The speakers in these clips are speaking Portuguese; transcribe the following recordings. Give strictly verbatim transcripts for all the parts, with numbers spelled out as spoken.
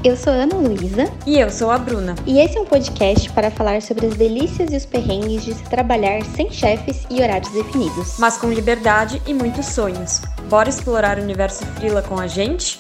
Eu sou a Ana Luísa. E eu sou a Bruna. E esse é um podcast para falar sobre as delícias e os perrengues de se trabalhar sem chefes e horários definidos. Mas com liberdade e muitos sonhos. Bora explorar o universo freela com a gente?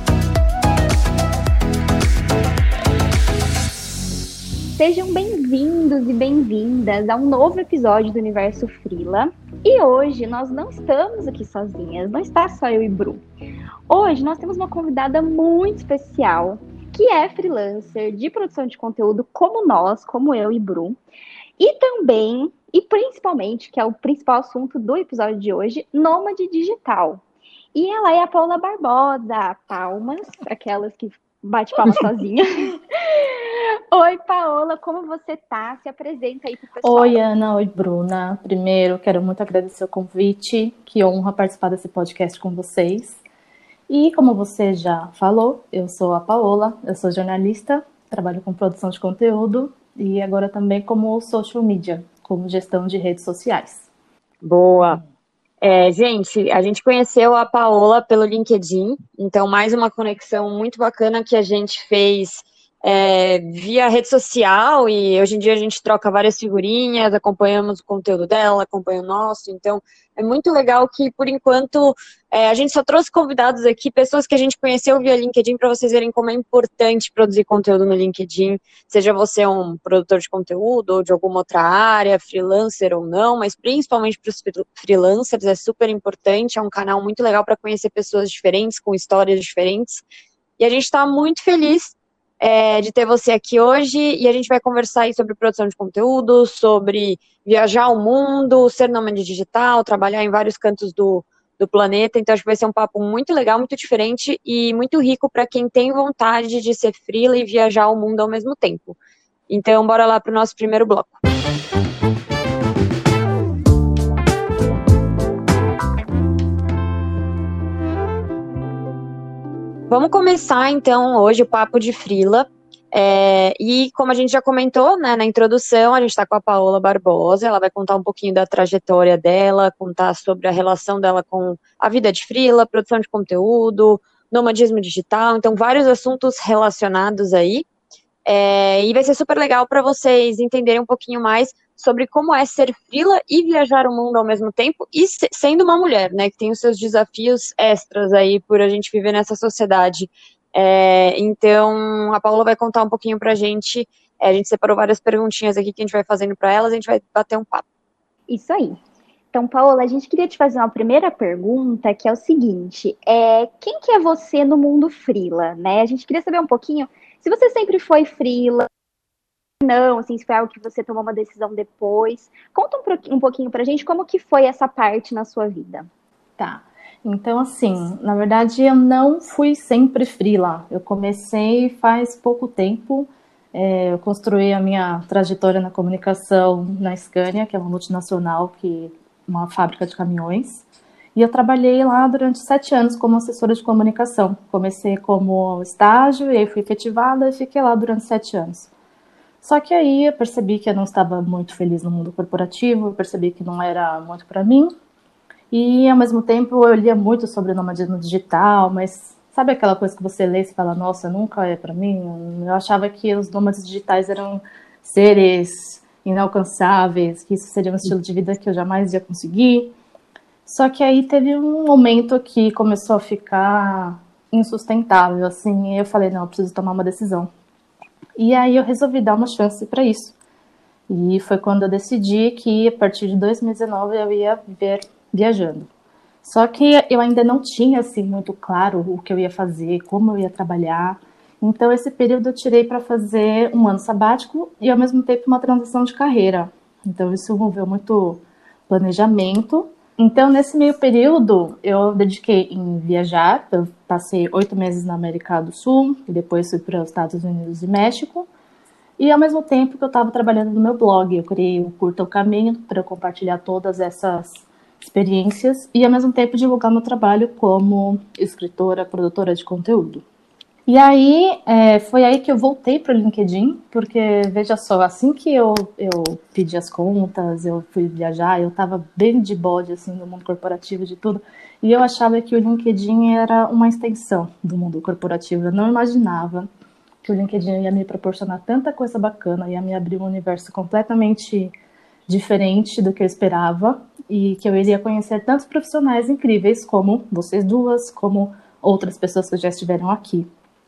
Sejam bem-vindos e bem-vindas a um novo episódio do Universo Freela. E hoje nós não estamos aqui sozinhas, não está só eu e Bru. Hoje nós temos uma convidada muito especial, que é freelancer de produção de conteúdo como nós, como eu e Bru. E também, e principalmente, que é o principal assunto do episódio de hoje, nômade digital. E ela é a Paola Barbosa. Palmas, aquelas que bate palma sozinha. Oi, Paola, como você tá? Se apresenta aí pro pessoal. Oi, Ana. Oi, Bruna. Primeiro, quero muito agradecer o convite. Que honra participar desse podcast com vocês. E como você já falou, eu sou a Paola, eu sou jornalista, trabalho com produção de conteúdo e agora também como social media, como gestão de redes sociais. Boa! É, gente, a gente conheceu a Paola pelo LinkedIn, então mais uma conexão muito bacana que a gente fez é, via rede social, e hoje em dia a gente troca várias figurinhas, acompanhamos o conteúdo dela, acompanha o nosso, então é muito legal que, por enquanto, é, a gente só trouxe convidados aqui, pessoas que a gente conheceu via LinkedIn, para vocês verem como é importante produzir conteúdo no LinkedIn, seja você um produtor de conteúdo ou de alguma outra área, freelancer ou não, mas principalmente para os freelancers é super importante, é um canal muito legal para conhecer pessoas diferentes, com histórias diferentes, e a gente está muito feliz É, de ter você aqui hoje, e a gente vai conversar aí sobre produção de conteúdo, sobre viajar o mundo, ser nômade digital, trabalhar em vários cantos do, do planeta, então acho que vai ser um papo muito legal, muito diferente e muito rico para quem tem vontade de ser freela e viajar o mundo ao mesmo tempo. Então bora lá para o nosso primeiro bloco. Vamos começar, então, hoje o papo de freela, é, e como a gente já comentou, né, na introdução, a gente está com a Paola Barbosa, ela vai contar um pouquinho da trajetória dela, contar sobre a relação dela com a vida de freela, produção de conteúdo, nomadismo digital, então vários assuntos relacionados aí, é, e vai ser super legal para vocês entenderem um pouquinho mais sobre como é ser freela e viajar o mundo ao mesmo tempo, e se, sendo uma mulher, né, que tem os seus desafios extras aí por a gente viver nessa sociedade. É, então, a Paola vai contar um pouquinho pra gente, é, a gente separou várias perguntinhas aqui que a gente vai fazendo para elas, a gente vai bater um papo. Isso aí. Então, Paola, a gente queria te fazer uma primeira pergunta, que é o seguinte, é, quem que é você no mundo freela, né? A gente queria saber um pouquinho, se você sempre foi freela, não, assim, se foi algo que você tomou uma decisão depois. Conta um, um pouquinho pra gente como que foi essa parte na sua vida. Tá, então assim, na verdade eu não fui sempre freela. Eu comecei faz pouco tempo, é, eu construí a minha trajetória na comunicação na Scania, que é uma multinacional, que uma fábrica de caminhões. E eu trabalhei lá durante sete anos como assessora de comunicação. Comecei como estágio, e aí fui efetivada e fiquei lá durante sete anos. Só que aí eu percebi que eu não estava muito feliz no mundo corporativo, eu percebi que não era muito para mim. E, ao mesmo tempo, eu lia muito sobre nomadismo digital, mas sabe aquela coisa que você lê e você fala, nossa, nunca é para mim? Eu achava que os nômades digitais eram seres inalcançáveis, que isso seria um estilo de vida que eu jamais ia conseguir. Só que aí teve um momento que começou a ficar insustentável, assim, e eu falei, não, eu preciso tomar uma decisão. E aí eu resolvi dar uma chance para isso. E foi quando eu decidi que a partir de dois mil e dezenove eu ia viver viajando. Só que eu ainda não tinha assim muito claro o que eu ia fazer, como eu ia trabalhar. Então esse período eu tirei para fazer um ano sabático e ao mesmo tempo uma transição de carreira. Então isso envolveu muito planejamento. Então nesse meio período eu dediquei em viajar. Eu passei oito meses na América do Sul e depois fui para os Estados Unidos e México. E ao mesmo tempo que eu estava trabalhando no meu blog, eu criei o Curta o Caminho para eu compartilhar todas essas experiências e ao mesmo tempo divulgar meu trabalho como escritora, produtora de conteúdo. E aí, é, foi aí que eu voltei para o LinkedIn, porque, veja só, assim que eu, eu pedi as contas, eu fui viajar, eu estava bem de bode, assim, no mundo corporativo, de tudo, e eu achava que o LinkedIn era uma extensão do mundo corporativo, eu não imaginava que o LinkedIn ia me proporcionar tanta coisa bacana, ia me abrir um universo completamente diferente do que eu esperava e que eu iria conhecer tantos profissionais incríveis como vocês duas, como outras pessoas que já estiveram aqui.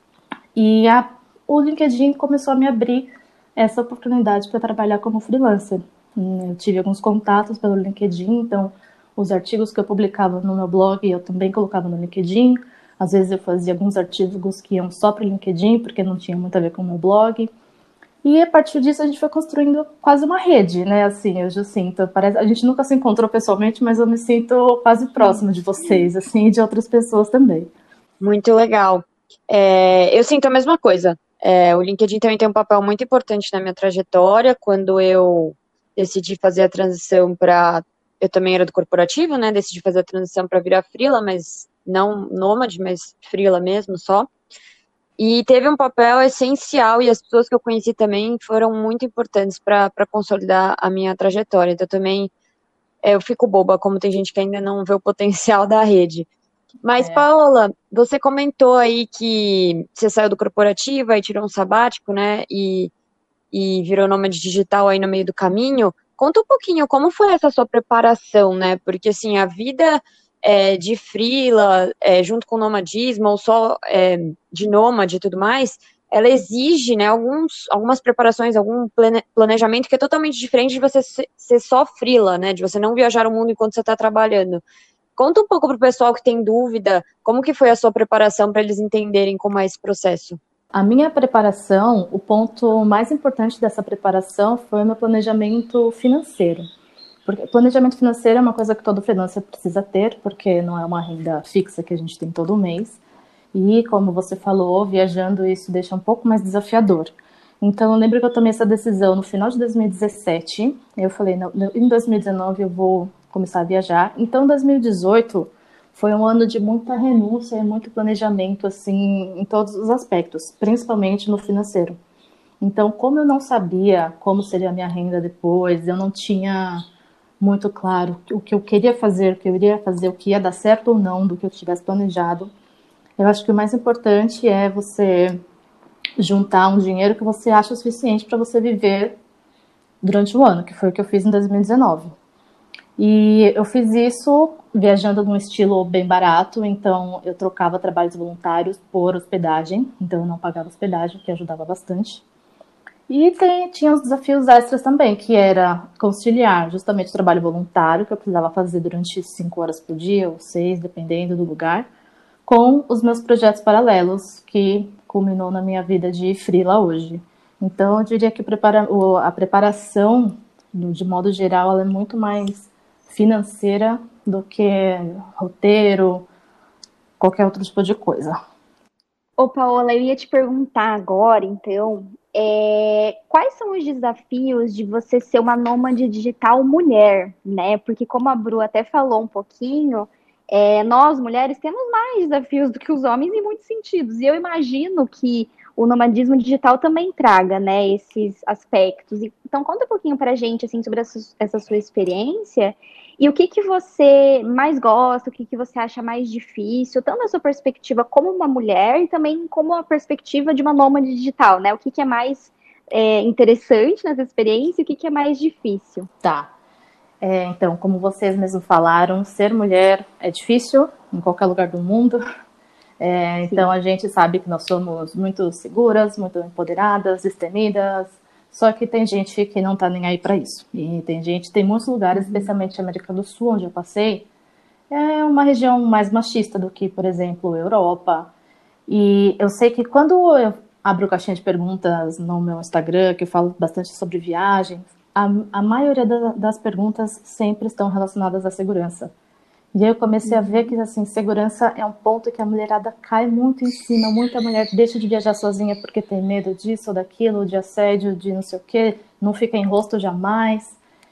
E a, o LinkedIn começou a me abrir essa oportunidade para trabalhar como freelancer. Eu tive alguns contatos pelo LinkedIn, então os artigos que eu publicava no meu blog eu também colocava no LinkedIn. Às vezes eu fazia alguns artigos que iam só para o LinkedIn, porque não tinha muito a ver com o meu blog. E a partir disso a gente foi construindo quase uma rede, né? Assim, eu já sinto, parece, a gente nunca se encontrou pessoalmente, mas eu me sinto quase próxima de vocês, assim, e de outras pessoas também. Muito legal. É, eu sinto a mesma coisa. É, o LinkedIn também tem um papel muito importante na minha trajetória. Quando eu decidi fazer a transição para... Eu também era do corporativo, né? Decidi fazer a transição para virar freela, mas não nômade, mas freela mesmo só. E teve um papel essencial, e as pessoas que eu conheci também foram muito importantes para consolidar a minha trajetória. Então, também, é, eu fico boba, como tem gente que ainda não vê o potencial da rede. Mas, É. Paola, você comentou aí que você saiu do corporativo, aí tirou um sabático, né, e, e virou nômade digital aí no meio do caminho. Conta um pouquinho como foi essa sua preparação, né, porque, assim, a vida é, de freela, é, junto com o nomadismo, ou só é, de nômade e tudo mais, ela exige, né, alguns, algumas preparações, algum plane, planejamento que é totalmente diferente de você ser, ser só freela, né, de você não viajar o mundo enquanto você está trabalhando. Conta um pouco para o pessoal que tem dúvida, como que foi a sua preparação para eles entenderem como é esse processo? A minha preparação, o ponto mais importante dessa preparação foi o meu planejamento financeiro. Porque planejamento financeiro é uma coisa que todo freelancer precisa ter, porque não é uma renda fixa que a gente tem todo mês. E, como você falou, viajando isso deixa um pouco mais desafiador. Então, eu lembro que eu tomei essa decisão no final de dois mil e dezessete. Eu falei, não, em dois mil e dezenove eu vou começar a viajar. Então, dois mil e dezoito foi um ano de muita renúncia e muito planejamento, assim, em todos os aspectos, principalmente no financeiro. Então, como eu não sabia como seria a minha renda depois, eu não tinha muito claro o que eu queria fazer, o que eu iria fazer, o que ia dar certo ou não do que eu tivesse planejado. Eu acho que o mais importante é você juntar um dinheiro que você acha o suficiente para você viver durante o ano, que foi o que eu fiz em dois mil e dezenove. E eu fiz isso viajando num estilo bem barato, então eu trocava trabalhos voluntários por hospedagem, então eu não pagava hospedagem, o que ajudava bastante. E tem, tinha os desafios extras também, que era conciliar justamente o trabalho voluntário, que eu precisava fazer durante cinco horas por dia, ou seis, dependendo do lugar, com os meus projetos paralelos, que culminou na minha vida de freela hoje. Então, eu diria que a preparação, de modo geral, ela é muito mais financeira do que roteiro, qualquer outro tipo de coisa. Ô, Paola, eu ia te perguntar agora, então, é, quais são os desafios de você ser uma nômade digital mulher, né? Porque como a Bru até falou um pouquinho, é, nós mulheres temos mais desafios do que os homens em muitos sentidos. E eu imagino que o nomadismo digital também traga, né, esses aspectos. Então, conta um pouquinho pra gente, assim, sobre essa, essa sua experiência e o que que você mais gosta, o que que você acha mais difícil, tanto da sua perspectiva como uma mulher e também como a perspectiva de uma nômade digital, né? O que que é mais é, interessante nessa experiência e o que que é mais difícil? Tá. É, então, como vocês mesmos falaram, ser mulher é difícil em qualquer lugar do mundo. É, então, a gente sabe que nós somos muito seguras, muito empoderadas, destemidas, só que tem gente que não tá nem aí para isso. E tem gente, tem muitos lugares, especialmente a América do Sul, onde eu passei, é uma região mais machista do que, por exemplo, Europa. E eu sei que quando eu abro caixinha de perguntas no meu Instagram, que eu falo bastante sobre viagens, a, a maioria da, das perguntas sempre estão relacionadas à segurança. E aí eu comecei a ver que, assim, segurança é um ponto que a mulherada cai muito em cima. Muita mulher deixa de viajar sozinha porque tem medo disso ou daquilo, de assédio, de não sei o quê, não fica em rosto jamais.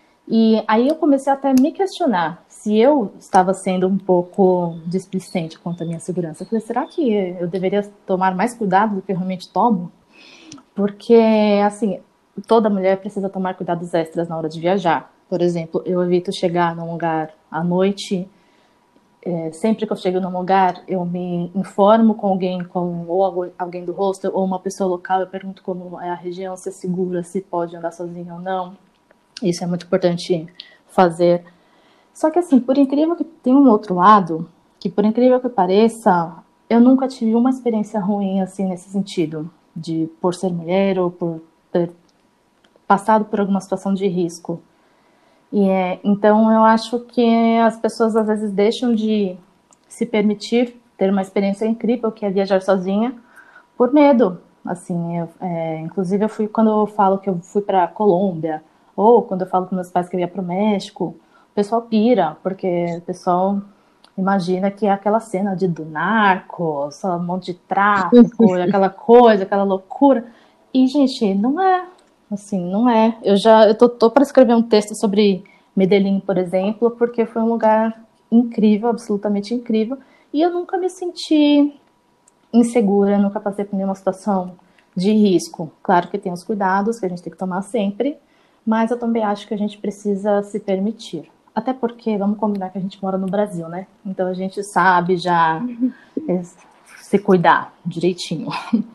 E aí eu comecei até a me questionar se eu estava sendo um pouco displicente quanto à minha segurança. Eu falei, será que eu deveria tomar mais cuidado do que eu realmente tomo? Porque, assim, toda mulher precisa tomar cuidados extras na hora de viajar. Por exemplo, eu evito chegar num lugar à noite É, sempre que eu chego num lugar, eu me informo com alguém, com ou alguém do hostel, ou uma pessoa local, eu pergunto como é a região, se é segura, se pode andar sozinha ou não. Isso é muito importante fazer. Só que assim, por incrível que tem um outro lado, que por incrível que pareça, eu nunca tive uma experiência ruim assim nesse sentido, de por ser mulher ou por ter passado por alguma situação de risco. E é, então eu acho que as pessoas às vezes deixam de se permitir ter uma experiência incrível que é viajar sozinha por medo. Assim, eu, é, inclusive eu fui quando eu falo que eu fui para Colômbia ou quando eu falo com meus pais que eu ia para o México, o pessoal pira porque o pessoal imagina que é aquela cena de do narco, só um monte de tráfico, aquela coisa, aquela loucura. E gente, não é. Assim, não é. Eu já eu tô, tô para escrever um texto sobre Medellín, por exemplo, porque foi um lugar incrível, absolutamente incrível, e eu nunca me senti insegura, nunca passei por nenhuma situação de risco. Claro que tem os cuidados que a gente tem que tomar sempre, mas eu também acho que a gente precisa se permitir. Até porque, vamos combinar que a gente mora no Brasil, né? Então a gente sabe já é, se cuidar direitinho.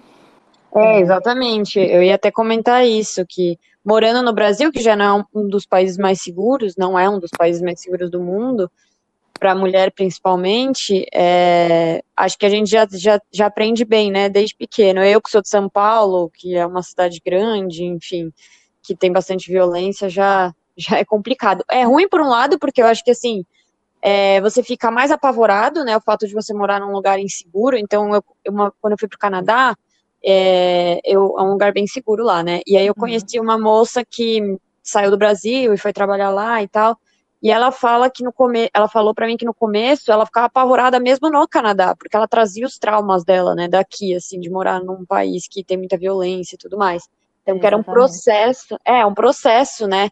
É, exatamente. Eu ia até comentar isso, que morando no Brasil, que já não é um um dos países mais seguros, não é um dos países mais seguros do mundo, para a mulher principalmente, é, acho que a gente já, já, já aprende bem, né, desde pequeno. Eu que sou de São Paulo, que é uma cidade grande, enfim, que tem bastante violência, já, já é complicado. É ruim por um lado, porque eu acho que, assim, é, você fica mais apavorado, né, o fato de você morar num lugar inseguro. Então, eu, uma, quando eu fui para o Canadá, é, eu, é um lugar bem seguro lá, né, e aí eu conheci uma moça que saiu do Brasil e foi trabalhar lá e tal, e ela fala que no come, ela falou para mim que no começo ela ficava apavorada mesmo no Canadá, porque ela trazia os traumas dela, né, daqui, assim, de morar num país que tem muita violência e tudo mais. Então, É, que era um exatamente. processo, é, um processo, né,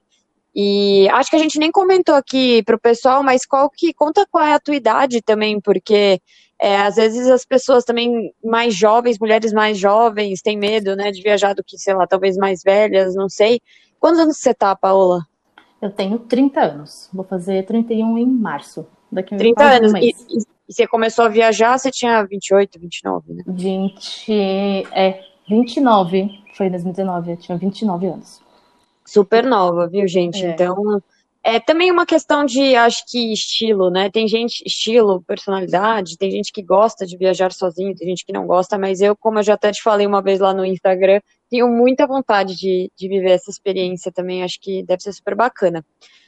e acho que a gente nem comentou aqui pro pessoal, mas qual que, conta qual é a tua idade também, porque é, às vezes as pessoas também mais jovens, mulheres mais jovens, têm medo, né, de viajar do que, sei lá, talvez mais velhas, não sei. Quantos anos você tá, Paola? Eu tenho trinta anos, vou fazer trinta e um em março, daqui a Trinta quase um anos. E, mês. e, e você começou a viajar, você tinha vinte e oito, vinte e nove, né? vinte, é, vinte e nove, foi em dois mil e dezenove, eu tinha vinte e nove anos. Super nova, viu, gente? É. Então, é também uma questão de, acho que, estilo, né? Tem gente, estilo, personalidade, tem gente que gosta de viajar sozinho, tem gente que não gosta, mas eu, como eu já até te falei uma vez lá no Instagram, tenho muita vontade de, de viver essa experiência também, acho que deve ser super bacana.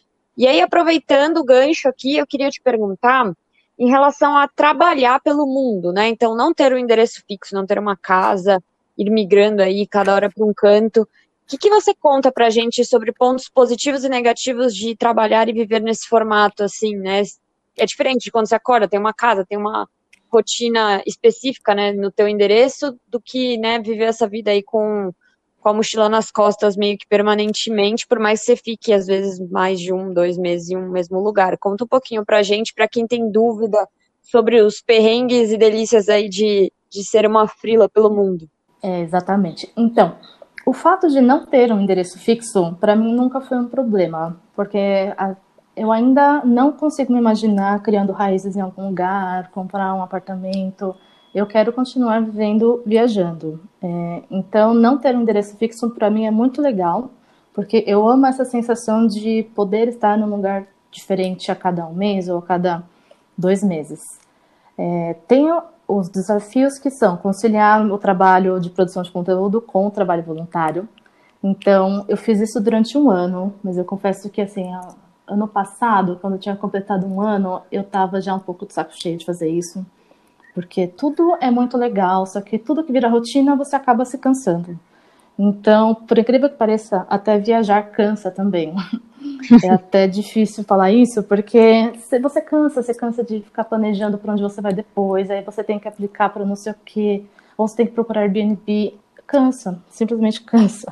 E aí, aproveitando o gancho aqui, eu queria te perguntar em relação a trabalhar pelo mundo, né? Então, não ter um endereço fixo, não ter uma casa, ir migrando aí cada hora para um canto. O que que você conta pra gente sobre pontos positivos e negativos de trabalhar e viver nesse formato, assim, né? É diferente de quando você acorda, tem uma casa, tem uma rotina específica, né, no teu endereço, do que, né, viver essa vida aí com com a mochila nas costas meio que permanentemente, por mais que você fique, às vezes, mais de um, dois meses em um mesmo lugar. Conta um pouquinho pra gente, pra quem tem dúvida sobre os perrengues e delícias aí de, de ser uma frila pelo mundo. É, exatamente. Então, o fato de não ter um endereço fixo, para mim nunca foi um problema, porque a, eu ainda não consigo me imaginar criando raízes em algum lugar, comprar um apartamento. Eu quero continuar vivendo, viajando. É, então, não ter um endereço fixo para mim é muito legal, porque eu amo essa sensação de poder estar num lugar diferente a cada um mês ou a cada dois meses. É, tenho os desafios que são conciliar o trabalho de produção de conteúdo com o trabalho voluntário. Então, eu fiz isso durante um ano, mas eu confesso que, assim, ano passado, quando eu tinha completado um ano, eu estava já um pouco de saco cheio de fazer isso, porque tudo é muito legal, só que tudo que vira rotina, você acaba se cansando. Então, por incrível que pareça, até viajar cansa também. É até difícil falar isso, porque você cansa, você cansa de ficar planejando para onde você vai depois, aí você tem que aplicar para não sei o quê, ou você tem que procurar Airbnb. Cansa, simplesmente cansa.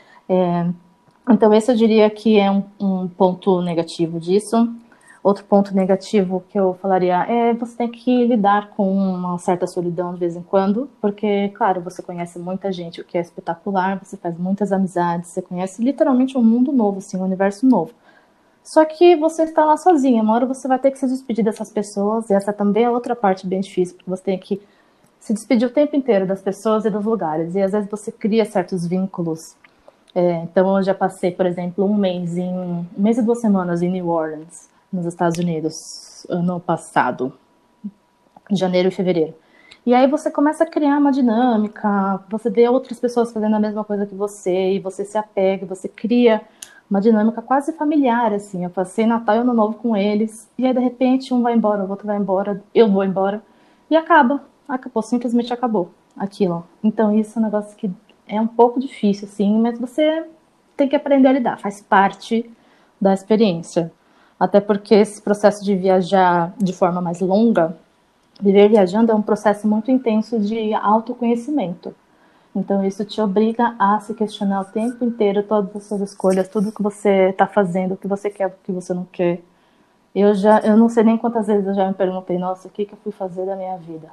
É, então, esse eu diria que é um, um ponto negativo disso. Outro ponto negativo que eu falaria é você tem que lidar com uma certa solidão de vez em quando, porque, claro, você conhece muita gente, o que é espetacular, você faz muitas amizades, você conhece literalmente um mundo novo, assim, um universo novo. Só que você está lá sozinha, uma hora você vai ter que se despedir dessas pessoas, e essa também é outra parte bem difícil, porque você tem que se despedir o tempo inteiro das pessoas e dos lugares, e às vezes você cria certos vínculos. É, então eu já passei, por exemplo, um mês em um mês e duas semanas em New Orleans, nos Estados Unidos, ano passado, em janeiro e fevereiro. E aí você começa a criar uma dinâmica, você vê outras pessoas fazendo a mesma coisa que você, e você se apega, você cria uma dinâmica quase familiar, assim. Eu passei Natal e Ano Novo com eles, e aí de repente um vai embora, o outro vai embora, eu vou embora, e acaba, acabou, simplesmente acabou aquilo. Então isso é um negócio que é um pouco difícil, assim, mas você tem que aprender a lidar, faz parte da experiência. Até porque esse processo de viajar de forma mais longa, viver viajando é um processo muito intenso de autoconhecimento. Então isso te obriga a se questionar o tempo inteiro, todas as suas escolhas, tudo que você está fazendo, o que você quer, o que você não quer. Eu já, eu não sei nem quantas vezes eu já me perguntei, nossa, o que, que eu fui fazer da minha vida?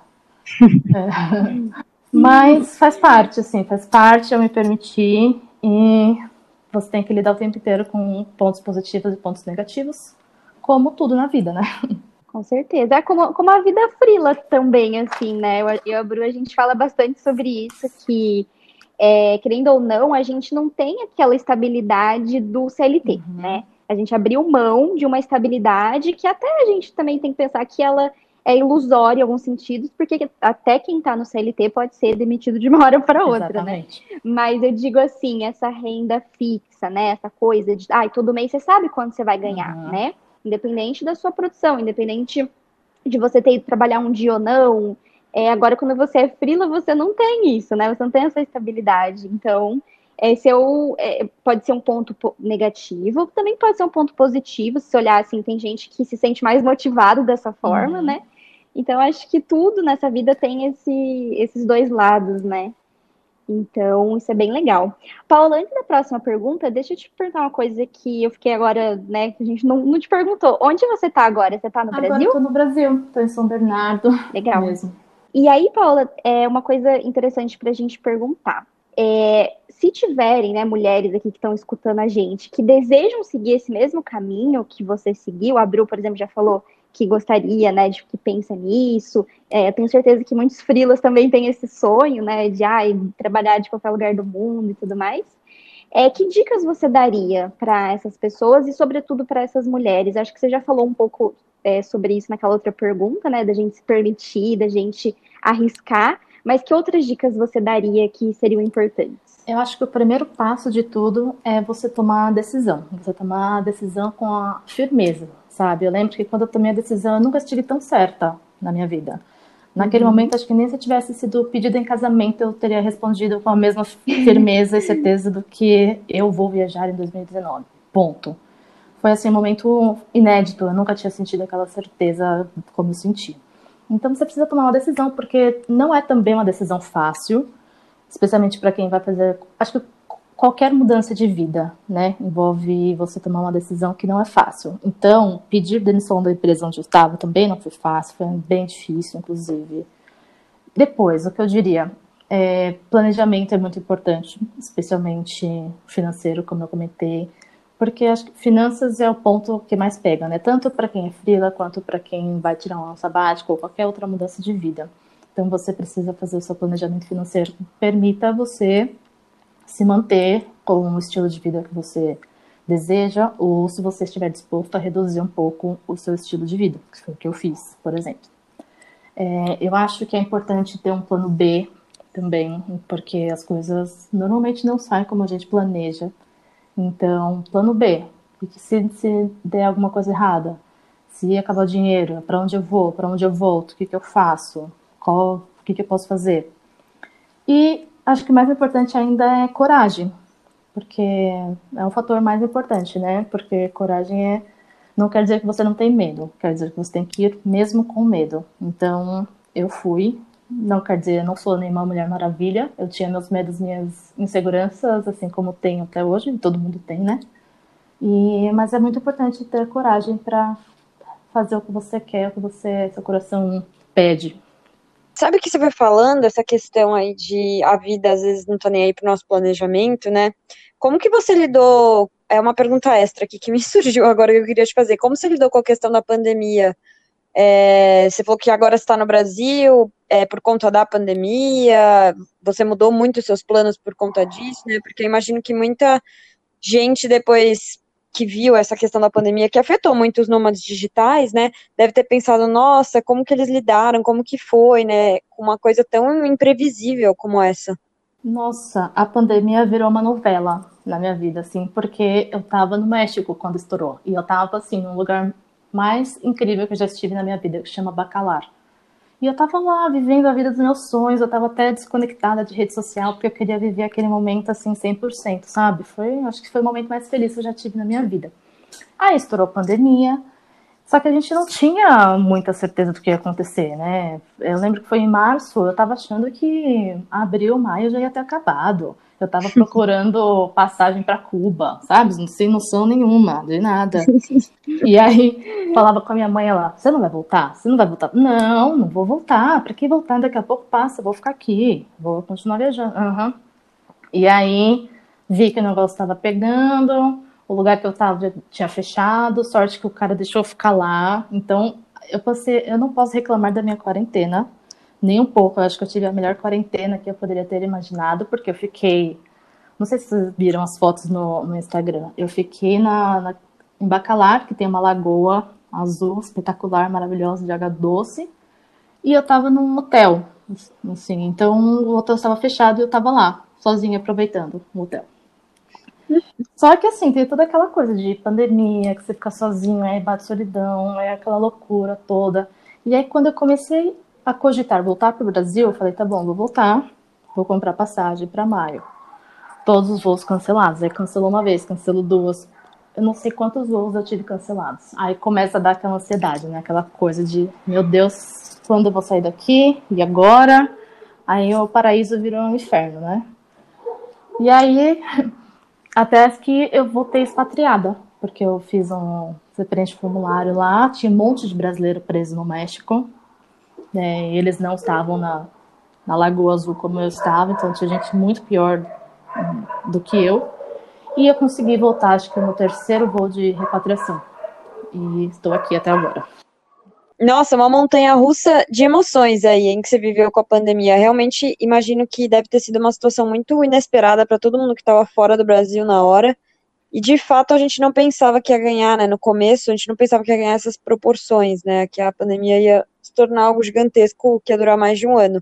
É. Mas faz parte, assim, faz parte, eu me permitir, e você tem que lidar o tempo inteiro com pontos positivos e pontos negativos, como tudo na vida, né? Com certeza. É como, como a vida frila também, assim, né? Eu e a Bru, a gente fala bastante sobre isso, que, é, querendo ou não, a gente não tem aquela estabilidade do C L T, Uhum. né? A gente abriu mão de uma estabilidade que até a gente também tem que pensar que ela é ilusória em alguns sentidos, porque até quem tá no C L T pode ser demitido de uma hora para outra, né? Exatamente. Mas eu digo assim, essa renda fixa, né? Essa coisa de, ai, todo mês você sabe quanto você vai ganhar, Uhum. né? Independente da sua produção, independente de você ter ido trabalhar um dia ou não. É, agora, quando você é freela, você não tem isso, né? Você não tem essa estabilidade. Então, esse é o, é, pode ser um ponto negativo, também pode ser um ponto positivo, se olhar assim, tem gente que se sente mais motivado dessa forma, Uhum. né? Então, acho que tudo nessa vida tem esse, esses dois lados, né? Então, isso é bem legal. Paula, antes da próxima pergunta, deixa eu te perguntar uma coisa que eu fiquei agora, né, que a gente não, não te perguntou. Onde você tá agora? Você tá no Agora eu Brasil? tô no Brasil, tô em São Bernardo Legal. mesmo. E aí, Paula, é uma coisa interessante para a gente perguntar. É, se tiverem, né, mulheres aqui que estão escutando a gente, que desejam seguir esse mesmo caminho que você seguiu, a Bru, por exemplo, já falou que gostaria, né, de que pensa nisso. É, eu tenho certeza que muitos freelas também têm esse sonho, né, de ai, trabalhar de qualquer lugar do mundo e tudo mais. É, que dicas você daria para essas pessoas e, sobretudo, para essas mulheres? Acho que você já falou um pouco é, sobre isso naquela outra pergunta, né? Da gente se permitir, da gente arriscar. Mas que outras dicas você daria que seriam importantes? Eu acho que o primeiro passo de tudo é você tomar a decisão. Você tomar a decisão com a firmeza, sabe? Eu lembro que quando eu tomei a decisão, eu nunca estive tão certa na minha vida. Naquele Uhum. momento, acho que nem se tivesse sido pedido em casamento, eu teria respondido com a mesma firmeza e certeza do que eu vou viajar em dois mil e dezenove. Ponto. Foi assim um momento inédito, eu nunca tinha sentido aquela certeza como eu senti. Então você precisa tomar uma decisão, porque não é também uma decisão fácil, especialmente para quem vai fazer... Acho que qualquer mudança de vida, né, envolve você tomar uma decisão que não é fácil. Então, pedir demissão da empresa onde eu estava também não foi fácil, foi bem difícil, inclusive. Depois, o que eu diria, é, planejamento é muito importante, especialmente financeiro, como eu comentei, porque acho que finanças é o ponto que mais pega, né, tanto para quem é freela, quanto para quem vai tirar um ano sabático ou qualquer outra mudança de vida. Então, você precisa fazer o seu planejamento financeiro que permita você se manter com o estilo de vida que você deseja, ou se você estiver disposto a reduzir um pouco o seu estilo de vida, que foi o que eu fiz, por exemplo. É, eu acho que é importante ter um plano B também, porque as coisas normalmente não saem como a gente planeja. Então, plano B, porque se, se der alguma coisa errada, se acabar o dinheiro, para onde eu vou, para onde eu volto, o que, que eu faço, qual, o que, que eu posso fazer. E acho que o mais importante ainda é coragem, porque é o fator mais importante, né? Porque coragem é, não quer dizer que você não tem medo, quer dizer que você tem que ir mesmo com medo. Então, eu fui, não quer dizer, eu não sou nenhuma Mulher Maravilha, eu tinha meus medos, minhas inseguranças, assim como tenho até hoje, todo mundo tem, né? E, mas é muito importante ter coragem para fazer o que você quer, o que você, seu coração pede. Sabe o que você vai falando, essa questão aí de a vida às vezes não tá nem aí pro nosso planejamento, né? Como que você lidou é uma pergunta extra aqui que me surgiu agora que eu queria te fazer. Como você lidou com a questão da pandemia? É, você falou que agora está no Brasil, é, por conta da pandemia, você mudou muito os seus planos por conta disso, né? Porque eu imagino que muita gente, depois que viu essa questão da pandemia, que afetou muito os nômades digitais, né? Deve ter pensado, nossa, como que eles lidaram, como que foi, né? Com uma coisa tão imprevisível como essa. Nossa, a pandemia virou uma novela na minha vida, assim, porque eu tava no México quando estourou. E eu tava, assim, num lugar mais incrível que eu já estive na minha vida, que chama Bacalar. E eu tava lá, vivendo a vida dos meus sonhos, eu tava até desconectada de rede social, porque eu queria viver aquele momento, assim, cem por cento, sabe? Foi, acho que foi o momento mais feliz que eu já tive na minha vida. Aí estourou a pandemia, só que a gente não tinha muita certeza do que ia acontecer, né? Eu lembro que foi em março, eu tava achando que abril, maio já ia ter acabado. Eu tava procurando passagem para Cuba, sabe? Sem noção nenhuma, de nada. E aí, falava com a minha mãe, ela, você não vai voltar? Você não vai voltar? Não, não vou voltar. Pra que voltar? Daqui a pouco passa, eu vou ficar aqui. Vou continuar viajando. Uhum. E aí, vi que o negócio estava pegando, o lugar que eu tava já tinha fechado, sorte que o cara deixou eu ficar lá. Então, eu passei, eu não posso reclamar da minha quarentena, nem um pouco. Eu acho que eu tive a melhor quarentena que eu poderia ter imaginado, porque eu fiquei, não sei se vocês viram as fotos no, no Instagram, eu fiquei na, na, em Bacalar, que tem uma lagoa azul, espetacular, maravilhosa, de água doce, e eu tava num hotel, assim, então o hotel estava fechado e eu tava lá, sozinha, aproveitando o hotel. Só que assim, tem toda aquela coisa de pandemia, que você fica sozinho, aí bate solidão, é aquela loucura toda. E aí quando eu comecei a cogitar voltar pro Brasil, eu falei, tá bom, vou voltar, vou comprar passagem para maio. Todos os voos cancelados, aí cancelou uma vez, cancelou duas. Eu não sei quantos voos eu tive cancelados. Aí começa a dar aquela ansiedade, né? Aquela coisa de, meu Deus, quando eu vou sair daqui? E agora? Aí o paraíso virou um inferno, né? E aí, até que eu voltei expatriada, porque eu fiz um preenche formulário lá, tinha um monte de brasileiro preso no México, né? E eles não estavam na, na Lagoa Azul como eu estava, então tinha gente muito pior do que eu. E eu consegui voltar, acho que no terceiro voo de repatriação. E estou aqui até agora. Nossa, uma montanha-russa de emoções aí, em que você viveu com a pandemia. Realmente imagino que deve ter sido uma situação muito inesperada para todo mundo que estava fora do Brasil na hora. E de fato a gente não pensava que ia ganhar, né? No começo a gente não pensava que ia ganhar essas proporções, né? Que a pandemia ia se tornar algo gigantesco que ia durar mais de um ano.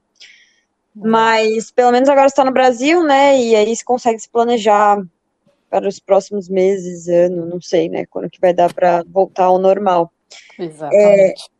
Mas pelo menos agora está no Brasil, né? E aí você consegue se planejar para os próximos meses, ano, não sei, né? Quando que vai dar para voltar ao normal. Exatamente. É...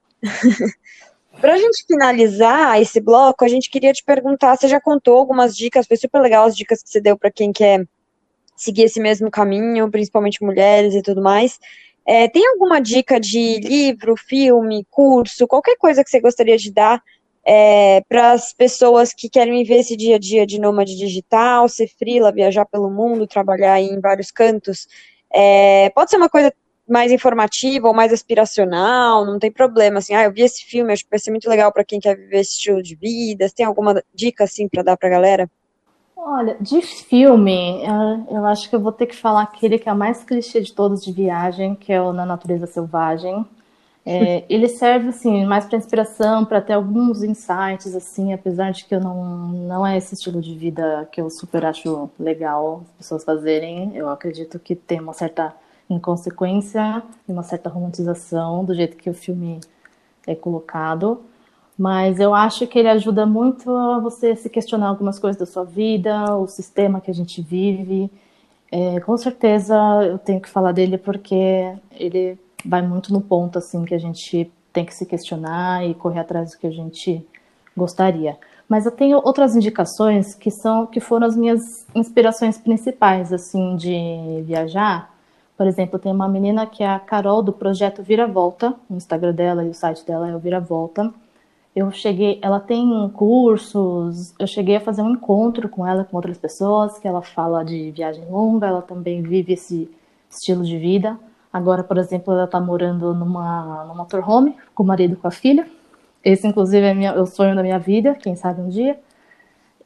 Para a gente finalizar esse bloco, a gente queria te perguntar, você já contou algumas dicas, foi super legal as dicas que você deu para quem quer seguir esse mesmo caminho, principalmente mulheres e tudo mais. É, tem alguma dica de livro, filme, curso, qualquer coisa que você gostaria de dar é, para as pessoas que querem viver esse dia a dia de nômade digital, ser freela, viajar pelo mundo, trabalhar em vários cantos? É, pode ser uma coisa mais informativa ou mais aspiracional, não tem problema, assim, ah, eu vi esse filme, acho que vai ser muito legal para quem quer viver esse estilo de vida. Você tem alguma dica, assim, para dar para a galera? Olha, de filme, eu acho que eu vou ter que falar aquele que é o mais clichê de todos de viagem, que é o Na Natureza Selvagem. É, ele serve, assim, mais para inspiração, para ter alguns insights, assim, apesar de que eu não, não é esse estilo de vida que eu super acho legal as pessoas fazerem. Eu acredito que tem uma certa inconsequência e uma certa romantização do jeito que o filme é colocado. Mas eu acho que ele ajuda muito a você se questionar algumas coisas da sua vida, o sistema que a gente vive. É, com certeza eu tenho que falar dele porque ele vai muito no ponto assim que a gente tem que se questionar e correr atrás do que a gente gostaria. Mas eu tenho outras indicações que são que foram as minhas inspirações principais assim de viajar. Por exemplo, tem uma menina que é a Carol do projeto Viravolta, o Instagram dela e o site dela é o Viravolta. Eu cheguei, ela tem cursos, eu cheguei a fazer um encontro com ela, com outras pessoas, que ela fala de viagem longa, ela também vive esse estilo de vida. Agora, por exemplo, ela está morando numa, numa motorhome, com o marido e com a filha. Esse, inclusive, é, minha, é o sonho da minha vida, quem sabe um dia.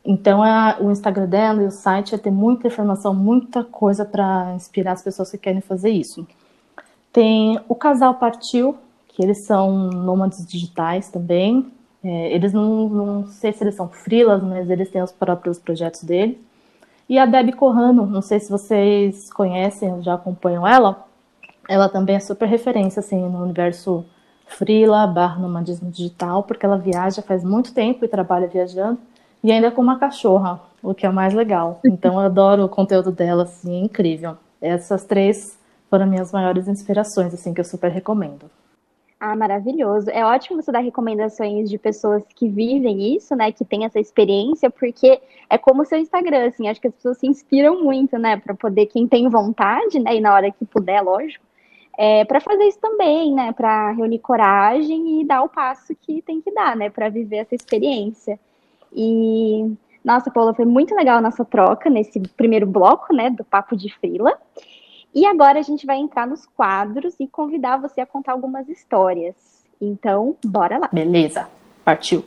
Então, a, o Instagram dela e o site é ter muita informação, muita coisa para inspirar as pessoas que querem fazer isso. Tem o Casal Partiu, que eles são nômades digitais também. É, eles não, não sei se eles são freelas, mas eles têm os próprios projetos deles. E a Debbie Corrano, não sei se vocês conhecem, já acompanham ela. Ela também é super referência assim, no universo freela, barra nomadismo digital, porque ela viaja faz muito tempo e trabalha viajando, e ainda com uma cachorra, o que é o mais legal. Então eu adoro o conteúdo dela, assim, é incrível. Essas três foram minhas maiores inspirações, assim, que eu super recomendo. Ah, maravilhoso. É ótimo você dar recomendações de pessoas que vivem isso, né? Que têm essa experiência, porque é como o seu Instagram, assim, acho que as pessoas se inspiram muito, né? Para poder, quem tem vontade, né? E na hora que puder, lógico, é, para fazer isso também, né? Para reunir coragem e dar o passo que tem que dar, né? Para viver essa experiência. E, nossa, Paula, foi muito legal a nossa troca nesse primeiro bloco, né? Do Papo de Frila. E agora a gente vai entrar nos quadros e convidar você a contar algumas histórias. Então, bora lá. Beleza, partiu.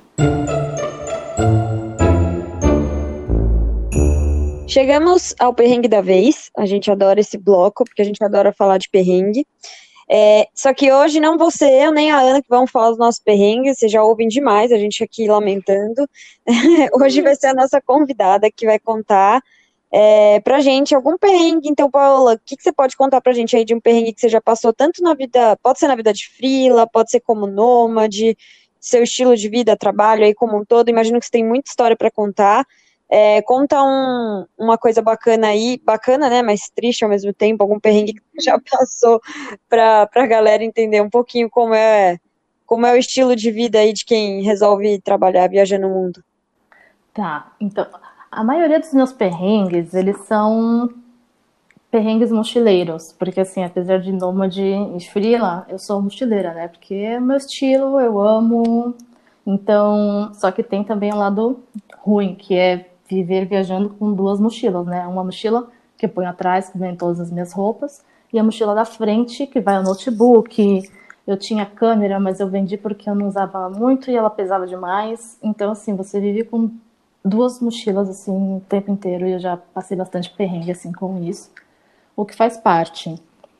Chegamos ao perrengue da vez. A gente adora esse bloco, porque a gente adora falar de perrengue. É, só que hoje não vou ser eu nem a Ana que vão falar dos nossos perrengues, vocês já ouvem demais a gente aqui lamentando. Hoje vai ser a nossa convidada que vai contar é, pra gente algum perrengue. Então, Paola, o que, que você pode contar pra gente aí de um perrengue que você já passou tanto na vida, pode ser na vida de freela, pode ser como nômade, seu estilo de vida, trabalho aí como um todo. Imagino que você tem muita história pra contar. É, conta um, uma coisa bacana aí, bacana, né, mas triste ao mesmo tempo, algum perrengue que você já passou para a galera entender um pouquinho como é, como é o estilo de vida aí de quem resolve trabalhar, viajar no mundo. Tá, então, a maioria dos meus perrengues, eles são perrengues mochileiros, porque assim, apesar de nômade e freela, eu sou mochileira, né, porque é meu estilo, eu amo, então, só que tem também o lado ruim, que é viver viajando com duas mochilas, né, uma mochila que eu ponho atrás, que vem todas as minhas roupas, e a mochila da frente, que vai o notebook. Eu tinha câmera, mas eu vendi porque eu não usava muito e ela pesava demais, então assim, você vive com duas mochilas assim o tempo inteiro, e eu já passei bastante perrengue assim com isso, o que faz parte.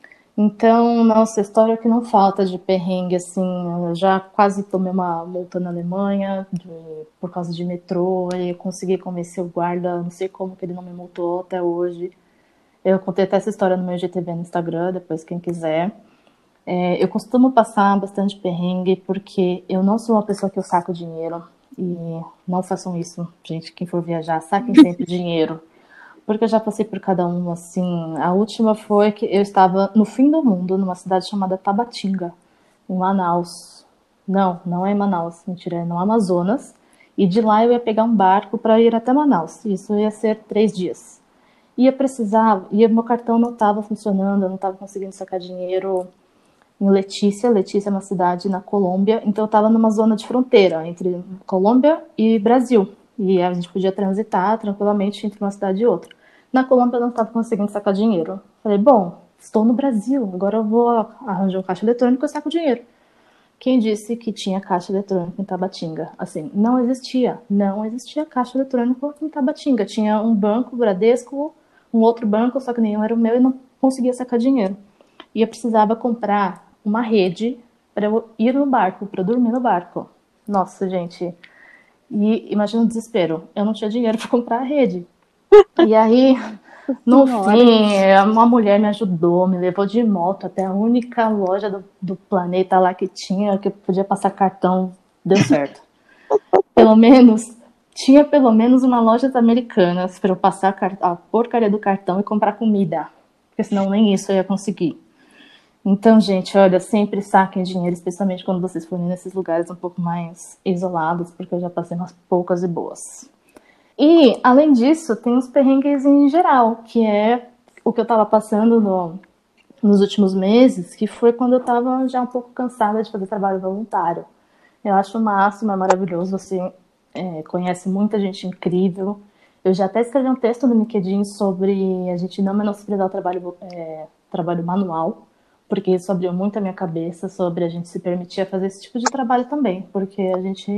Então, nossa, história que não falta de perrengue, assim, eu já quase tomei uma multa na Alemanha de, por causa de metrô, e eu consegui convencer o guarda, não sei como que ele não me multou até hoje. Eu contei até essa história no meu I G T V no Instagram, depois quem quiser. É, eu costumo passar bastante perrengue porque eu não sou uma pessoa que eu saco dinheiro, e não façam isso, gente, quem for viajar, saquem sempre dinheiro. Porque eu já passei por cada um, assim. A última foi que eu estava no fim do mundo, numa cidade chamada Tabatinga, em Manaus. Não, não é em Manaus, mentira, é no Amazonas. E de lá eu ia pegar um barco para ir até Manaus. Isso ia ser três dias. E eu precisava, e meu cartão não estava funcionando, eu não estava conseguindo sacar dinheiro em Letícia. Letícia é uma cidade na Colômbia, então eu estava numa zona de fronteira entre Colômbia e Brasil. E a gente podia transitar tranquilamente entre uma cidade e outra. Na Colômbia eu não estava conseguindo sacar dinheiro. Falei, bom, estou no Brasil, agora eu vou arranjar um caixa eletrônico e saco dinheiro. Quem disse que tinha caixa eletrônica em Tabatinga? Assim, não existia. Não existia caixa eletrônica em Tabatinga. Tinha um banco, Bradesco, um outro banco, só que nenhum era o meu, e não conseguia sacar dinheiro. E eu precisava comprar uma rede para eu ir no barco, para eu dormir no barco. Nossa, gente... E imagina o desespero. Eu não tinha dinheiro para comprar a rede. E aí, no fim, uma mulher me ajudou, me levou de moto até a única loja do, do planeta lá que tinha, que eu podia passar cartão. Deu certo. Pelo menos, tinha pelo menos uma loja americanas para eu passar a porcaria do cartão e comprar comida. Porque senão nem isso eu ia conseguir. Então, gente, olha, sempre saquem dinheiro, especialmente quando vocês forem nesses lugares um pouco mais isolados, porque eu já passei umas poucas e boas. E, além disso, tem os perrengues em geral, que é o que eu estava passando no, nos últimos meses, que foi quando eu estava já um pouco cansada de fazer trabalho voluntário. Eu acho o máximo, é maravilhoso, você é, conhece muita gente incrível. Eu já até escrevi um texto no LinkedIn sobre a gente não menosprezar o trabalho, é, trabalho manual, porque isso abriu muito a minha cabeça sobre a gente se permitir fazer esse tipo de trabalho também, porque a gente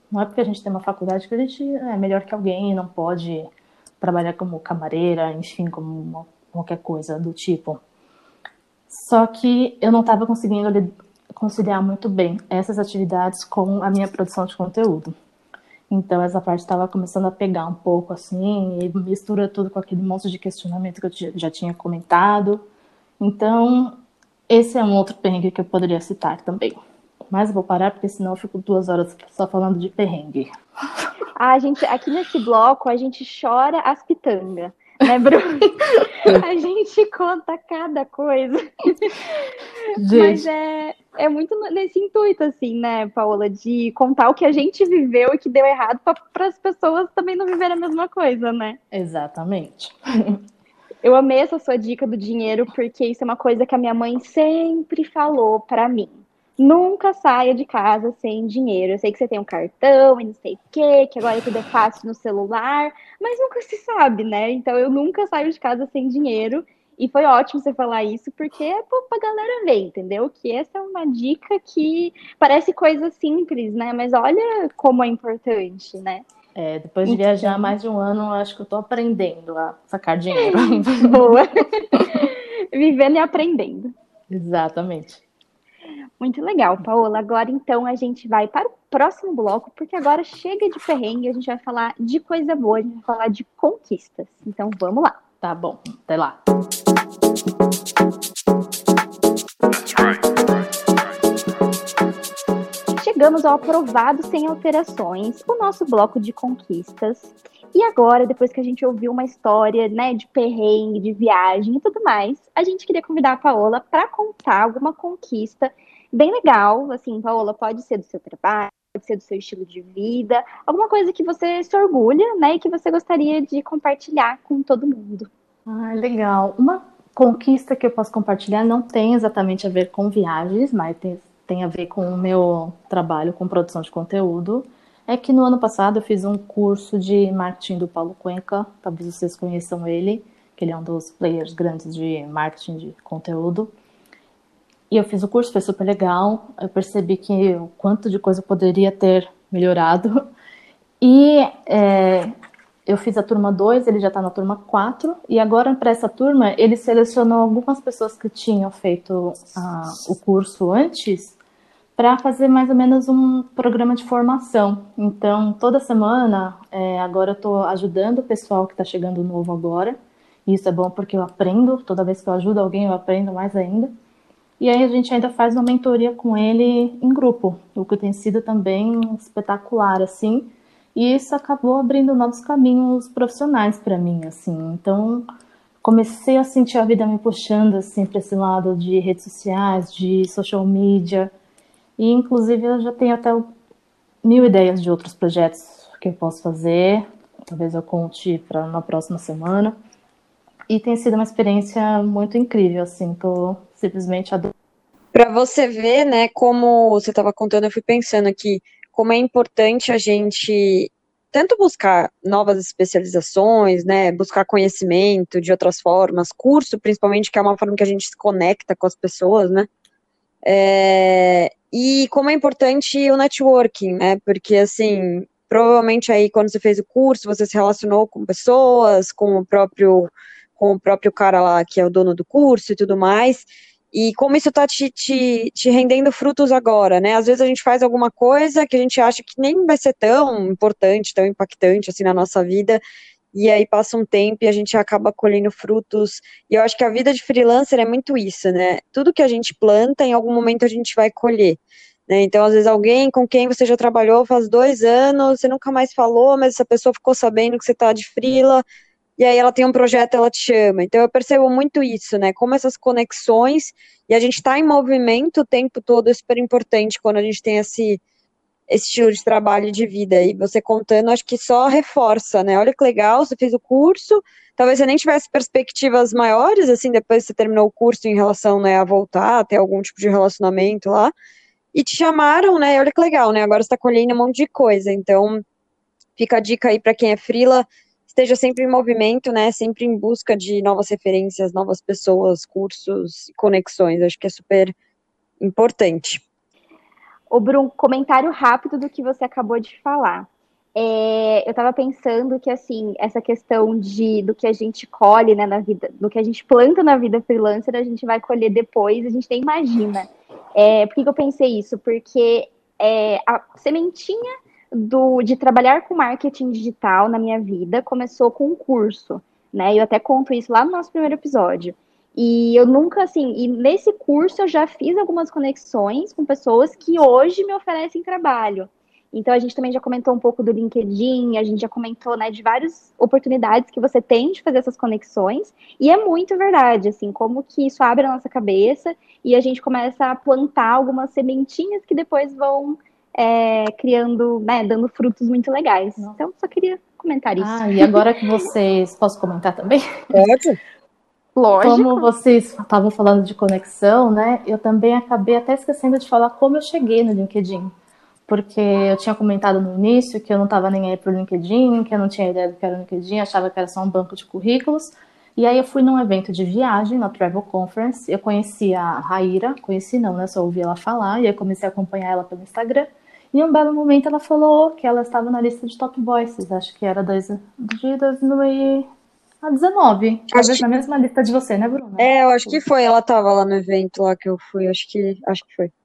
Não é porque a gente tem uma faculdade que a gente é melhor que alguém e não pode trabalhar como camareira, enfim, como uma, qualquer coisa do tipo. Só que eu não estava conseguindo conciliar muito bem essas atividades com a minha produção de conteúdo. Então essa parte estava começando a pegar um pouco assim, e mistura tudo com aquele monte de questionamento que eu já tinha comentado. Então esse é um outro perrengue que eu poderia citar também. Mas eu vou parar porque senão eu fico duas horas só falando de perrengue. A gente, aqui nesse bloco, a gente chora as pitangas, né, Bruno? A gente conta cada coisa. Gente. Mas é, é muito nesse intuito, assim, né, Paola, de contar o que a gente viveu e que deu errado para as pessoas também não viverem a mesma coisa, né? Exatamente. Eu amei essa sua dica do dinheiro, porque isso é uma coisa que a minha mãe sempre falou para mim. Nunca saia de casa sem dinheiro. Eu sei que você tem um cartão e não sei o quê, que agora tudo é fácil no celular, mas nunca se sabe, né? Então eu nunca saio de casa sem dinheiro. E foi ótimo você falar isso, porque é pra galera ver, entendeu? Que essa é uma dica que parece coisa simples, né? Mas olha como é importante, né? É, depois de Então... viajar mais de um ano, acho que eu tô aprendendo a sacar dinheiro. Boa! Vivendo e aprendendo. Exatamente. Muito legal, Paola. Agora, então, a gente vai para o próximo bloco, porque agora chega de perrengue, a gente vai falar de coisa boa, a gente vai falar de conquistas. Então, vamos lá. Tá bom, até lá. Chegamos ao aprovado sem alterações, o nosso bloco de conquistas. E agora, depois que a gente ouviu uma história, né, de perrengue, de viagem e tudo mais, a gente queria convidar a Paola para contar alguma conquista bem legal. Assim, Paola, pode ser do seu trabalho, pode ser do seu estilo de vida, alguma coisa que você se orgulha, né, e que você gostaria de compartilhar com todo mundo. Ah, legal. Uma conquista que eu posso compartilhar não tem exatamente a ver com viagens, mas tem, tem a ver com o meu trabalho com produção de conteúdo. É que no ano passado eu fiz um curso de marketing do Paulo Cuenca, talvez vocês conheçam ele, que ele é um dos players grandes de marketing de conteúdo. E eu fiz o curso, foi super legal, eu percebi que o quanto de coisa eu poderia ter melhorado. E é, eu fiz a turma dois, ele já está na turma quatro, e agora para essa turma ele selecionou algumas pessoas que tinham feito ah, o curso antes, para fazer mais ou menos um programa de formação. Então, toda semana, é, agora eu estou ajudando o pessoal que está chegando novo agora. E isso é bom porque eu aprendo, toda vez que eu ajudo alguém eu aprendo mais ainda. E aí a gente ainda faz uma mentoria com ele em grupo, o que tem sido também espetacular, assim. E isso acabou abrindo novos caminhos profissionais para mim, assim. Então, comecei a sentir a vida me puxando, assim, para esse lado de redes sociais, de social media. E, inclusive, eu já tenho até mil ideias de outros projetos que eu posso fazer. Talvez eu conte para na próxima semana. E tem sido uma experiência muito incrível, assim. Tô simplesmente adorando. Para você ver, né, como você estava contando, eu fui pensando aqui, como é importante a gente tanto buscar novas especializações, né, buscar conhecimento de outras formas, curso, principalmente, que é uma forma que a gente se conecta com as pessoas, né, é, e como é importante o networking, né, porque, assim, provavelmente aí, quando você fez o curso, você se relacionou com pessoas, com o próprio, com o próprio cara lá, que é o dono do curso e tudo mais, e como isso está te, te, te rendendo frutos agora, né, às vezes a gente faz alguma coisa que a gente acha que nem vai ser tão importante, tão impactante, assim, na nossa vida, e aí passa um tempo e a gente acaba colhendo frutos, e eu acho que a vida de freelancer é muito isso, né, tudo que a gente planta, em algum momento a gente vai colher, né, então às vezes alguém com quem você já trabalhou faz dois anos, você nunca mais falou, mas essa pessoa ficou sabendo que você está de freela, e aí ela tem um projeto, ela te chama, então eu percebo muito isso, né, como essas conexões, e a gente está em movimento o tempo todo, é super importante quando a gente tem esse esse estilo de trabalho e de vida, e você contando, acho que só reforça, né, olha que legal, você fez o curso, talvez você nem tivesse perspectivas maiores, assim, depois que você terminou o curso em relação, né, a voltar, a ter algum tipo de relacionamento lá, e te chamaram, né, olha que legal, né, agora você está colhendo um monte de coisa, então fica a dica aí para quem é freela, esteja sempre em movimento, né, sempre em busca de novas referências, novas pessoas, cursos, conexões, acho que é super importante. Ô, Bruno, comentário rápido do que você acabou de falar. É, eu estava pensando que, assim, essa questão de, do que a gente colhe, né, na vida, do que a gente planta na vida freelancer, a gente vai colher depois, a gente nem imagina. É, por que que eu pensei isso? Porque é, a sementinha do, de trabalhar com marketing digital na minha vida começou com um curso, né? Eu até conto isso lá no nosso primeiro episódio. E eu nunca, assim, e nesse curso eu já fiz algumas conexões com pessoas que hoje me oferecem trabalho. Então a gente também já comentou um pouco do LinkedIn, a gente já comentou, né, de várias oportunidades que você tem de fazer essas conexões, e é muito verdade, assim, como que isso abre a nossa cabeça e a gente começa a plantar algumas sementinhas que depois vão é, criando, né, dando frutos muito legais. Então só queria comentar isso. Ah, e agora que vocês... Posso comentar também? Pode? Como Lógico. vocês estavam falando de conexão, né? Eu também acabei até esquecendo de falar como eu cheguei no LinkedIn. Porque eu tinha comentado no início que eu não estava nem aí pro LinkedIn, que eu não tinha ideia do que era o LinkedIn, achava que era só um banco de currículos. E aí eu fui num evento de viagem, na Travel Conference, eu conheci a Raíra, conheci não, né? Só ouvi ela falar, e aí comecei a acompanhar ela pelo Instagram. E em um belo momento ela falou que ela estava na lista de Top Voices, acho que era dois, de dois mil e dezenove, Acho talvez que, na mesma lista de você, né, Bruna? é, eu acho que foi. Ela tava lá no evento lá que eu fui. Acho que, acho que foi.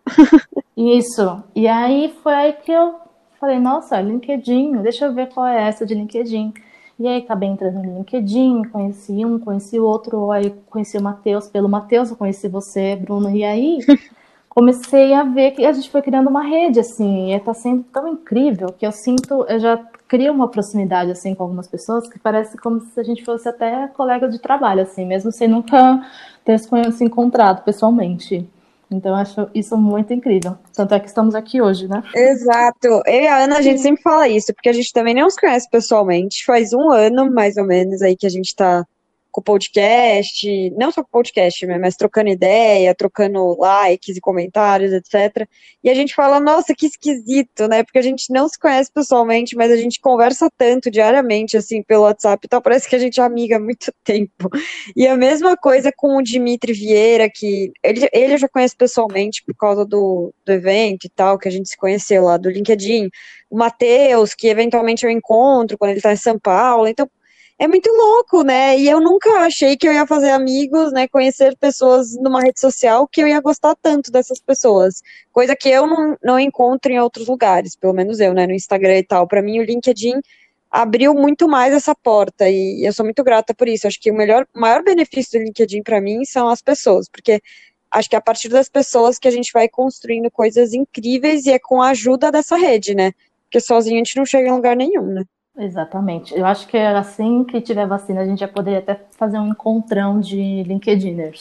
Isso. E aí foi aí que eu falei, nossa, LinkedIn, deixa eu ver qual é essa de LinkedIn. E aí acabei entrando no LinkedIn, conheci um, conheci o outro, aí conheci o Matheus, pelo Matheus eu conheci você, Bruno, e aí comecei a ver que a gente foi criando uma rede, assim, e tá sendo tão incrível que eu sinto, eu já crio uma proximidade, assim, com algumas pessoas que parece como se a gente fosse até colega de trabalho, assim, mesmo sem nunca ter se encontrado pessoalmente. Então, eu acho isso muito incrível. Tanto é que estamos aqui hoje, né? Exato. Eu e a Ana, a gente sempre fala isso, porque a gente também não se conhece pessoalmente. Faz um ano, mais ou menos, aí que a gente tá com o podcast, não só com o podcast, né, mas trocando ideia, trocando likes e comentários, etcétera. E a gente fala, nossa, que esquisito, né? Porque a gente não se conhece pessoalmente, mas a gente conversa tanto diariamente, assim, pelo WhatsApp e tal, parece que a gente é amiga há muito tempo. E a mesma coisa com o Dimitri Vieira, que ele, ele eu já conheço pessoalmente por causa do, do evento e tal, que a gente se conheceu lá do LinkedIn. O Matheus, que eventualmente eu encontro quando ele tá em São Paulo. Então, é muito louco, né? E eu nunca achei que eu ia fazer amigos, né? Conhecer pessoas numa rede social que eu ia gostar tanto dessas pessoas. Coisa que eu não, não encontro em outros lugares, pelo menos eu, né? No Instagram e tal. Para mim, o LinkedIn abriu muito mais essa porta e eu sou muito grata por isso. Acho que o melhor, o maior benefício do LinkedIn para mim são as pessoas, porque acho que é a partir das pessoas que a gente vai construindo coisas incríveis e é com a ajuda dessa rede, né? Porque sozinho a gente não chega em lugar nenhum, né? Exatamente. Eu acho que assim que tiver vacina, a gente já poderia até fazer um encontrão de LinkedIners.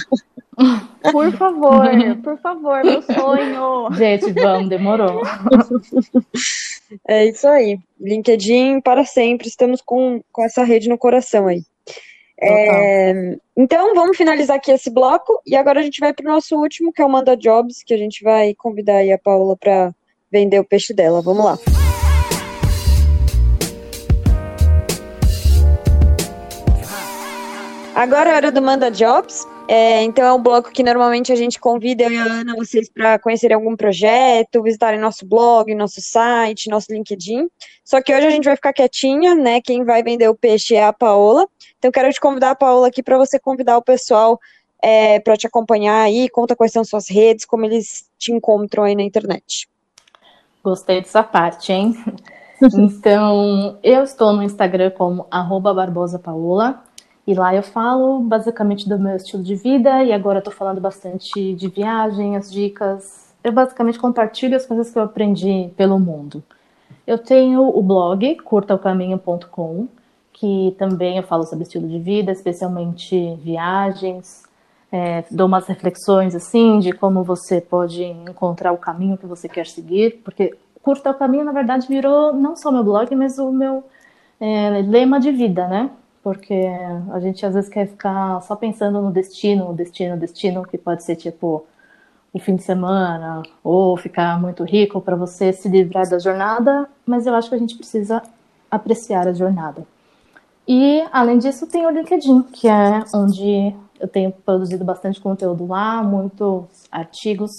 Por favor, por favor, meu sonho. Gente, vamos, demorou. É isso aí. LinkedIn para sempre. Estamos com, com essa rede no coração aí. É, então, vamos finalizar aqui esse bloco e agora a gente vai para o nosso último, que é o Manda Jobs, que a gente vai convidar aí a Paula para vender o peixe dela. Vamos lá. Agora é a hora do Manda Jobs. É, então é um bloco que normalmente a gente convida eu e a Ana, vocês para conhecerem algum projeto, visitarem nosso blog, nosso site, nosso LinkedIn. Só que hoje a gente vai ficar quietinha, né? Quem vai vender o peixe é a Paola. Então eu quero te convidar, a Paola, aqui para você convidar o pessoal é, para te acompanhar aí, conta quais são suas redes, como eles te encontram aí na internet. Gostei dessa parte, hein? Então, eu estou no Instagram como arroba barbosapaola. E lá eu falo basicamente do meu estilo de vida e agora eu tô falando bastante de viagem, as dicas. Eu basicamente compartilho as coisas que eu aprendi pelo mundo. Eu tenho o blog curta o caminho ponto com, que também eu falo sobre estilo de vida, especialmente viagens. É, dou umas reflexões assim de como você pode encontrar o caminho que você quer seguir, porque Curta o Caminho, na verdade, virou não só meu blog, mas o meu é, lema de vida, né? Porque a gente às vezes quer ficar só pensando no destino, no destino, no destino, que pode ser tipo o fim de semana, ou ficar muito rico para você se livrar da jornada, mas eu acho que a gente precisa apreciar a jornada. E, além disso, tem o LinkedIn, que é onde eu tenho produzido bastante conteúdo lá, muitos artigos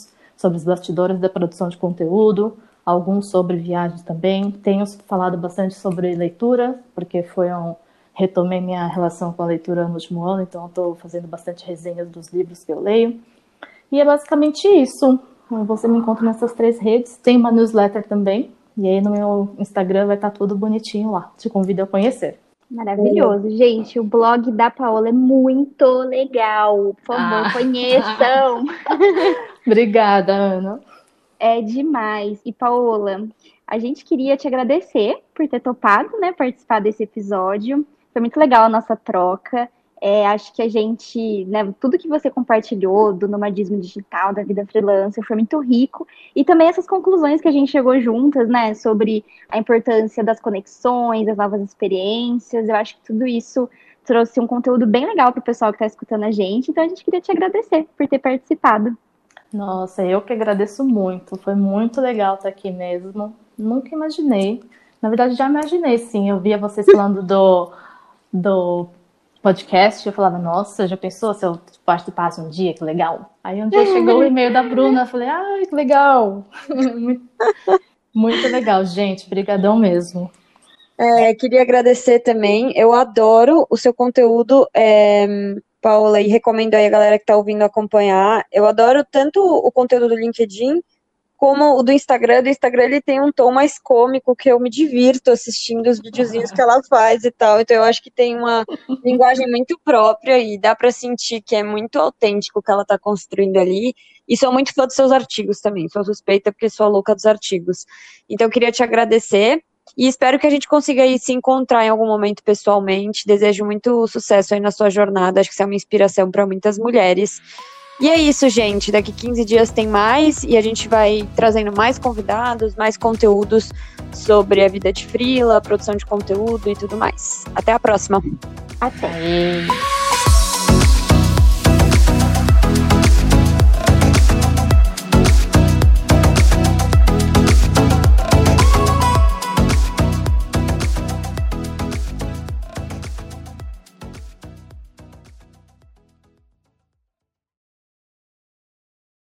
sobre os bastidores da produção de conteúdo, alguns sobre viagens também. Tenho falado bastante sobre leitura, porque foi um... retomei minha relação com a leitura no último ano, então estou fazendo bastante resenhas dos livros que eu leio. E é basicamente isso. Você me encontra nessas três redes. Tem uma newsletter também, e aí no meu Instagram vai estar tudo bonitinho lá. Te convido a conhecer. Maravilhoso. Gente, o blog da Paola é muito legal. Por favor, ah. conheçam. Obrigada, Ana. É demais. E, Paola, a gente queria te agradecer por ter topado, né, participar desse episódio. Foi muito legal a nossa troca. É, acho que a gente, né, tudo que você compartilhou do nomadismo digital, da vida freelancer, foi muito rico. E também essas conclusões que a gente chegou juntas, né, sobre a importância das conexões, das novas experiências. Eu acho que tudo isso trouxe um conteúdo bem legal para o pessoal que está escutando a gente. Então a gente queria te agradecer por ter participado. Nossa, eu que agradeço muito. Foi muito legal estar aqui mesmo. Nunca imaginei. Na verdade, já imaginei, sim. Eu via vocês falando do... do podcast, eu falava, nossa, já pensou se eu participasse um dia, que legal. Aí um dia chegou o e-mail da Bruna, eu falei, ai, que legal. muito, muito legal, gente, brigadão mesmo. É, queria agradecer também, eu adoro o seu conteúdo, é, Paola, e recomendo aí a galera que tá ouvindo acompanhar. Eu adoro tanto o conteúdo do LinkedIn, como o do Instagram. Do Instagram ele tem um tom mais cômico, que eu me divirto assistindo os videozinhos que ela faz e tal, então eu acho que tem uma linguagem muito própria e dá para sentir que é muito autêntico o que ela está construindo ali, e sou muito fã dos seus artigos também, sou suspeita porque sou a louca dos artigos, então eu queria te agradecer e espero que a gente consiga aí se encontrar em algum momento pessoalmente. Desejo muito sucesso aí na sua jornada, acho que você é uma inspiração para muitas mulheres. E é isso, gente. Daqui quinze dias tem mais e a gente vai trazendo mais convidados, mais conteúdos sobre a vida de freela, produção de conteúdo e tudo mais. Até a próxima. Até.